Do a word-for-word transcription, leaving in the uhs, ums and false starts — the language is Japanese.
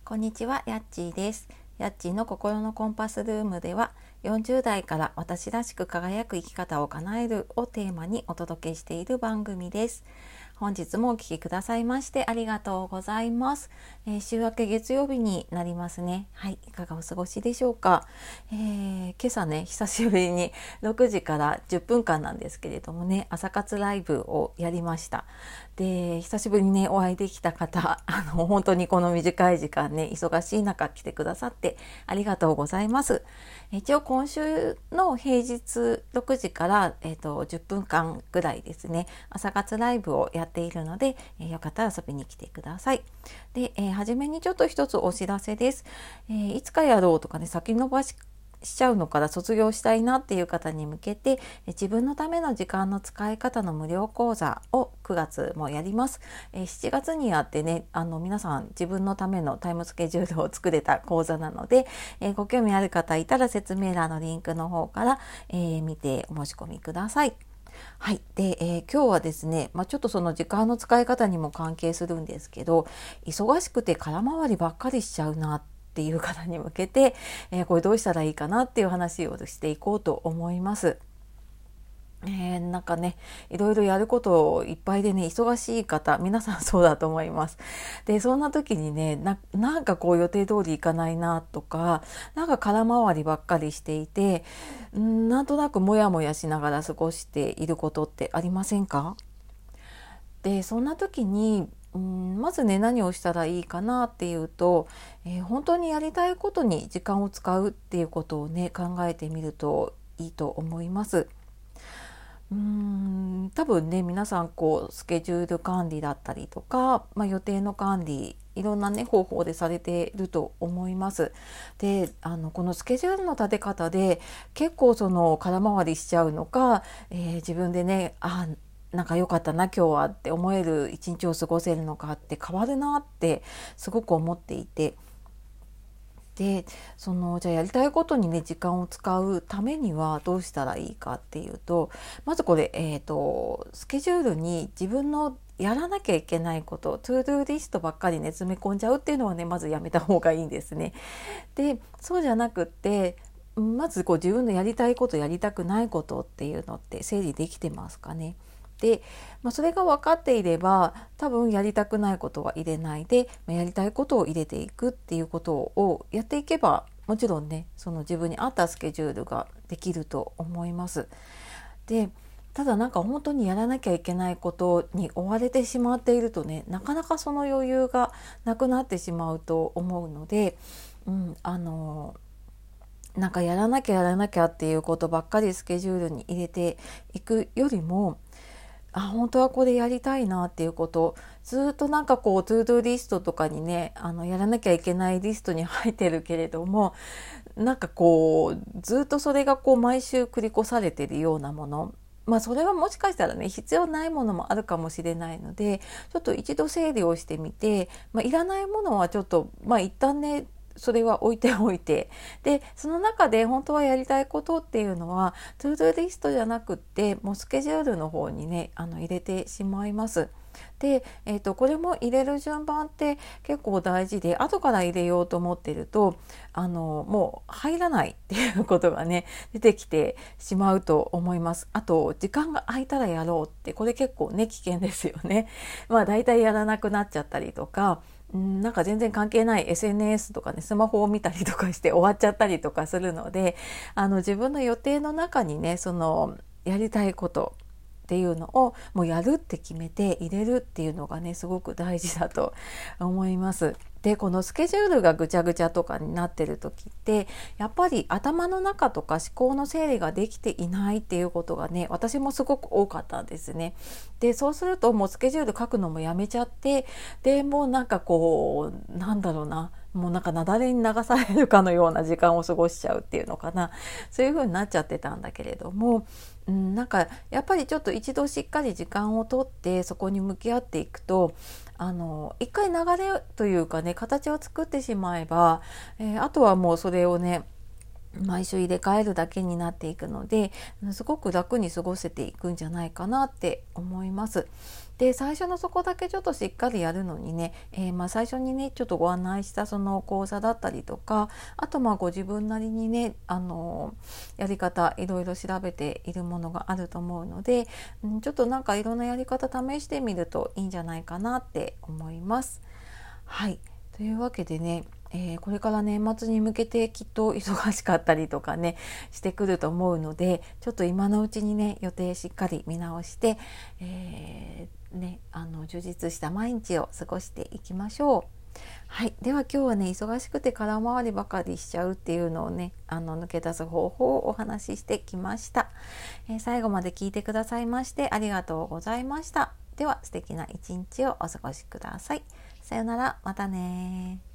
こんにちは、やっちーです。やっちーの心のコンパスルームでは、よんじゅう代から私らしく輝く生き方を叶えるをテーマにお届けしている番組です。本日もお聞きくださいましてありがとうございます。えー、週明け月曜日になりますね。はい、いかがお過ごしでしょうか。えー、今朝ね、久しぶりにろくじからじゅっぷんかんなんですけれどもね、朝活ライブをやりました。で、久しぶりにね、お会いできた方、あの、本当にこの短い時間ね、忙しい中来てくださってありがとうございます。一応今週の平日ろくじから、えーと、じゅっぷんかんぐらいですね、朝活ライブをやっているので、えー、よかったら遊びに来てください。で、えー、初めにちょっと一つお知らせです。えー、いつかやろうとかね、先延ばししちゃうのから卒業したいなっていう方に向けて、自分のための時間の使い方の無料講座をくがつもやります。しちがつにやってね、あの皆さん自分のためのタイムスケジュールを作れた講座なので、えー、ご興味ある方いたら説明欄のリンクの方から、えー、見てお申し込みください。はい。で、えー、今日はですね、まあ、ちょっとその時間の使い方にも関係するんですけど、忙しくて空回りばっかりしちゃうなっていう方に向けて、えー、これどうしたらいいかなっていう話をしていこうと思います。えー、なんかね、いろいろやることいっぱいでね、忙しい方、皆さんそうだと思います。で、そんな時にね、な、なんかこう予定通りいかないなとか、なんか空回りばっかりしていて、んなんとなくモヤモヤしながら過ごしていることってありませんか？で、そんな時に、うんまずね、何をしたらいいかなっていうと、えー本当にやりたいことに時間を使うっていうことをね、考えてみるといいと思います。うーん多分ね、皆さんこうスケジュール管理だったりとか、まあ、予定の管理いろんなね方法でされていると思います。で、あのこのスケジュールの立て方で結構その空回りしちゃうのか、えー自分でね、あなんか良かったな今日はって思える一日を過ごせるのかって変わるなってすごく思っていて、でそのじゃあやりたいことにね時間を使うためにはどうしたらいいかっていうと、まずこれ、えーと、スケジュールに自分のやらなきゃいけないこと、トゥードゥーリストばっかりね詰め込んじゃうっていうのはね、まずやめた方がいいんですね。で、そうじゃなくってまずこう自分のやりたいことやりたくないことっていうのって整理できてますかね。で、まあ、それが分かっていれば多分やりたくないことは入れないで、まあ、やりたいことを入れていくっていうことをやっていけば、もちろんねその自分に合ったスケジュールができると思います。で、ただなんか本当にやらなきゃいけないことに追われてしまっているとね、なかなかその余裕がなくなってしまうと思うので、うん、あのなんかやらなきゃやらなきゃっていうことばっかりスケジュールに入れていくよりも、あ、本当はこれやりたいなっていうことずっとなんかこうトゥードゥリストとかにね、あのやらなきゃいけないリストに入ってるけれども、なんかこうずっとそれがこう毎週繰り越されてるようなもの、まあそれはもしかしたらね必要ないものもあるかもしれないので、ちょっと一度整理をしてみて、まあ、いらないものはちょっとまあ一旦ねそれは置いておいて、でその中で本当はやりたいことっていうのはトゥードゥリストじゃなくってもうスケジュールの方にねあの入れてしまいます。で、えーと、これも入れる順番って結構大事で、後から入れようと思ってるとあのもう入らないっていうことがね出てきてしまうと思います。あと時間が空いたらやろうって、これ結構ね危険ですよね。まあだいたいやらなくなっちゃったりとか、んなんか全然関係ない エスエヌエス とかねスマホを見たりとかして終わっちゃったりとかするので、あの自分の予定の中にねそのやりたいことっていうのをもうやるって決めて入れるっていうのがねすごく大事だと思います。で、このスケジュールがぐちゃぐちゃとかになってる時ってやっぱり頭の中とか思考の整理ができていないっていうことがね、私もすごく多かったんですね。で、そうするともうスケジュール書くのもやめちゃって、でもうなんかこうなんだろうな、もうなんか雪崩に流されるかのような時間を過ごしちゃうっていうのかな、そういう風になっちゃってたんだけれども、うん、なんかやっぱりちょっと一度しっかり時間をとってそこに向き合っていくと、あの一回流れというかね形を作ってしまえば、えーあとはもうそれをね毎週入れ替えるだけになっていくので、すごく楽に過ごせていくんじゃないかなって思います。 で最初のそこだけちょっとしっかりやるのにね、えー、まあ最初にねちょっとご案内したその講座だったりとか、あとまあご自分なりにねあのやり方いろいろ調べているものがあると思うので、うん、ちょっとなんかいろんなやり方試してみるといいんじゃないかなって思います。はい、というわけでね、えー、これから年末に向けてきっと忙しかったりとかねしてくると思うので、ちょっと今のうちにね予定しっかり見直して、えーね、あの充実した毎日を過ごしていきましょう。はい、では今日はね忙しくて空回りばかりしちゃうっていうのをねあの抜け出す方法をお話ししてきました。えー、最後まで聞いてくださいましてありがとうございました。では素敵な一日をお過ごしください。さよなら、またね。